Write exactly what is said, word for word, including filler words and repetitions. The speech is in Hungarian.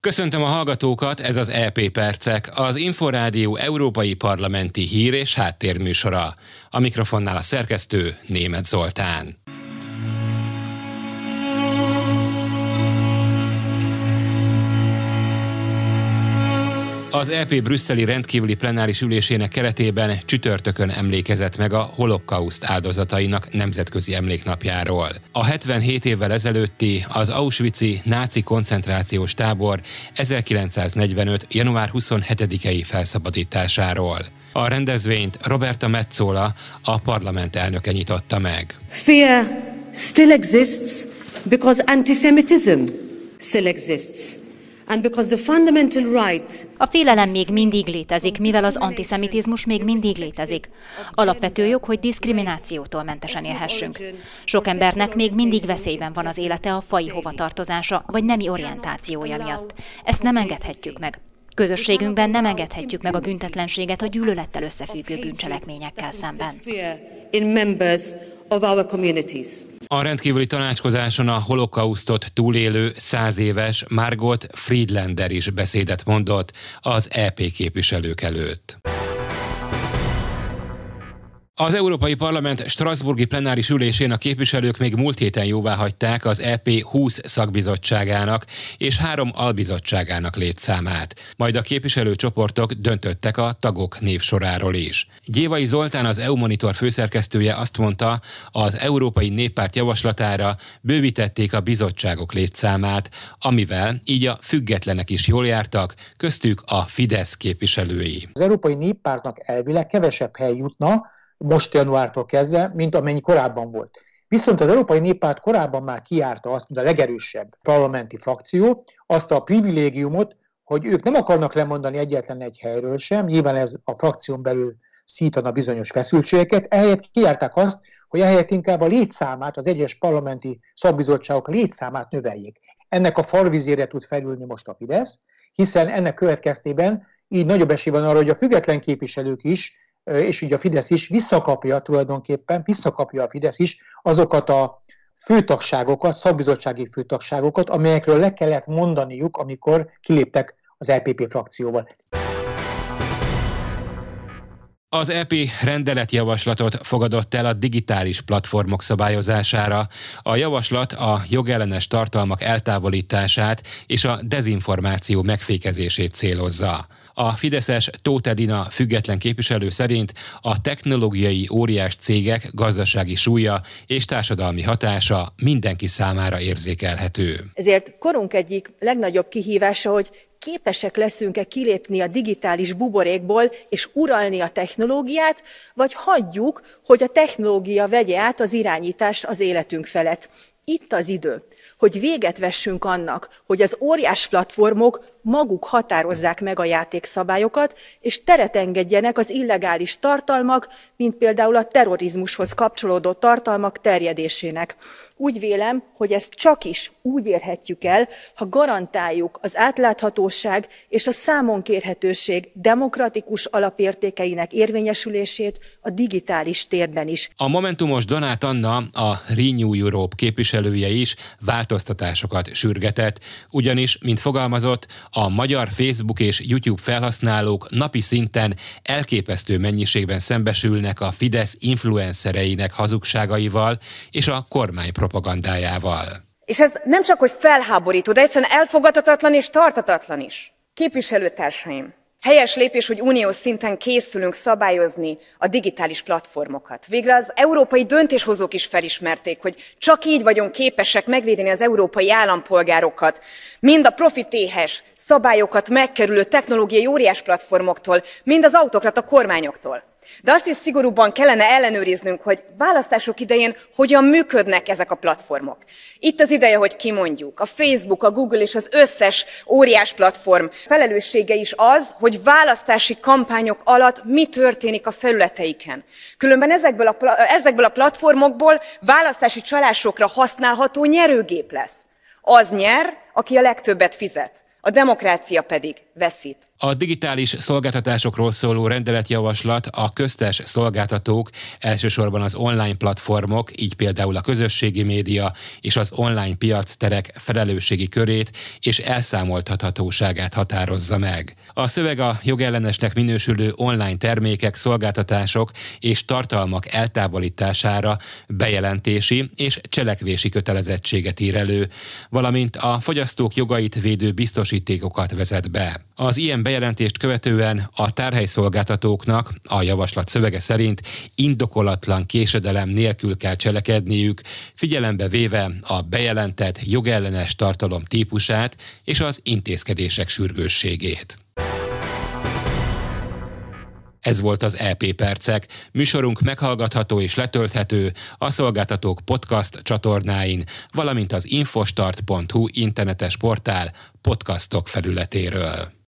Köszöntöm a hallgatókat, ez az é pé Percek, az Inforádió európai parlamenti hír- és háttérműsora. A mikrofonnál a szerkesztő Németh Zoltán. Az é pé brüsszeli rendkívüli plenáris ülésének keretében csütörtökön emlékezett meg a holokauszt áldozatainak nemzetközi emléknapjáról. A hetvenhét évvel ezelőtti, az auschwitzi náci koncentrációs tábor ezerkilencszáznegyvenöt. január huszonhetedikei felszabadításáról. A rendezvényt Roberta Metsola, a parlament elnöke nyitotta meg. Fear still exists because antisemitism still exists. And because the fundamental right... A félelem még mindig létezik, mivel az antiszemitizmus még mindig létezik. Alapvető jog, hogy diszkriminációtól mentesen élhessünk. Sok embernek még mindig veszélyben van az élete a faji hovatartozása vagy nemi orientációja miatt. Ezt nem engedhetjük meg. Közösségünkben nem engedhetjük meg a büntetlenséget a gyűlölettel összefüggő bűncselekményekkel szemben. A rendkívüli tanácskozáson a holokausztot túlélő száz éves Margot Friedlander is beszédet mondott az é pé képviselők előtt. Az Európai Parlament strasbourgi plenáris ülésén a képviselők még múlt héten jóváhagyták az é pé húsz szakbizottságának és három albizottságának létszámát. Majd a képviselőcsoportok döntöttek a tagok névsoráról is. Gyévai Zoltán, az é u Monitor főszerkesztője azt mondta, az Európai Néppárt javaslatára bővítették a bizottságok létszámát, amivel így a függetlenek is jól jártak, köztük a Fidesz képviselői. Az Európai Néppártnak elvileg kevesebb hely jutna, most januártól kezdve, mint amennyi korábban volt. Viszont az Európai Néppárt korábban már kijárta azt, mint a legerősebb parlamenti frakció, azt a privilégiumot, hogy ők nem akarnak lemondani egyetlen egy helyről sem, nyilván ez a frakción belül szítana bizonyos feszültségeket, ehelyett kijárták azt, hogy ehelyett inkább a létszámát, az egyes parlamenti szakbizottságok létszámát növeljék. Ennek a farvizére tud felülni most a Fidesz, hiszen ennek következtében így nagyobb esély van arra, hogy a független képviselők is, és így a Fidesz is visszakapja tulajdonképpen, visszakapja a Fidesz is azokat a főtagságokat, szakbizottsági főtagságokat, amelyekről le kellett mondaniuk, amikor kiléptek az é pé pé frakcióval. Az é pé rendeletjavaslatot fogadott el a digitális platformok szabályozására. A javaslat a jogellenes tartalmak eltávolítását és a dezinformáció megfékezését célozza. A fideszes Tóth Edina független képviselő szerint a technológiai óriás cégek gazdasági súlya és társadalmi hatása mindenki számára érzékelhető. Ezért korunk egyik legnagyobb kihívása, hogy képesek leszünk-e kilépni a digitális buborékból és uralni a technológiát, vagy hagyjuk, hogy a technológia vegye át az irányítást az életünk felett. Itt az idő, hogy véget vessünk annak, hogy az óriás platformok maguk határozzák meg a játékszabályokat, és teret engedjenek az illegális tartalmak, mint például a terrorizmushoz kapcsolódó tartalmak terjedésének. Úgy vélem, hogy ezt csak is úgy érhetjük el, ha garantáljuk az átláthatóság és a számonkérhetőség demokratikus alapértékeinek érvényesülését a digitális térben is. A momentumos Donát Anna, a Renew Europe képviselője is változtatásokat sürgetett, ugyanis, mint fogalmazott, a magyar Facebook és YouTube felhasználók napi szinten elképesztő mennyiségben szembesülnek a Fidesz influencereinek hazugságaival és a kormány propagandájával. És ez nem csak, hogy felháborító, de egyszerűen elfogadhatatlan és tarthatatlan is. Képviselőtársaim, helyes lépés, hogy uniós szinten készülünk szabályozni a digitális platformokat. Végre az európai döntéshozók is felismerték, hogy csak így vagyunk képesek megvédeni az európai állampolgárokat, mind a profitéhes szabályokat megkerülő technológiai óriás platformoktól, mind az autokrata kormányoktól. De azt is szigorúbban kellene ellenőriznünk, hogy választások idején hogyan működnek ezek a platformok. Itt az ideje, hogy kimondjuk. A Facebook, a Google és az összes óriás platform felelőssége is az, hogy választási kampányok alatt mi történik a felületeiken. Különben ezekből a, ezekből a platformokból választási csalásokra használható nyerőgép lesz. Az nyer, aki a legtöbbet fizet. a demokrácia pedig veszít. A digitális szolgáltatásokról szóló rendeletjavaslat a köztes szolgáltatók, elsősorban az online platformok, így például a közösségi média és az online piacterek felelősségi körét és elszámoltathatóságát határozza meg. A szöveg a jogellenesnek minősülő online termékek, szolgáltatások és tartalmak eltávolítására bejelentési és cselekvési kötelezettséget ír elő, valamint a fogyasztók jogait védő biztosítékokat vezet be. Az ilyen bejelentést követően a tárhelyszolgáltatóknak a javaslat szövege szerint indokolatlan késedelem nélkül kell cselekedniük, figyelembe véve a bejelentett jogellenes tartalom típusát és az intézkedések sürgősségét. Ez volt az é pé Percek. Műsorunk meghallgatható és letölthető a Szolgáltatók podcast csatornáin, valamint az infostart pont hu internetes portál podcastok felületéről.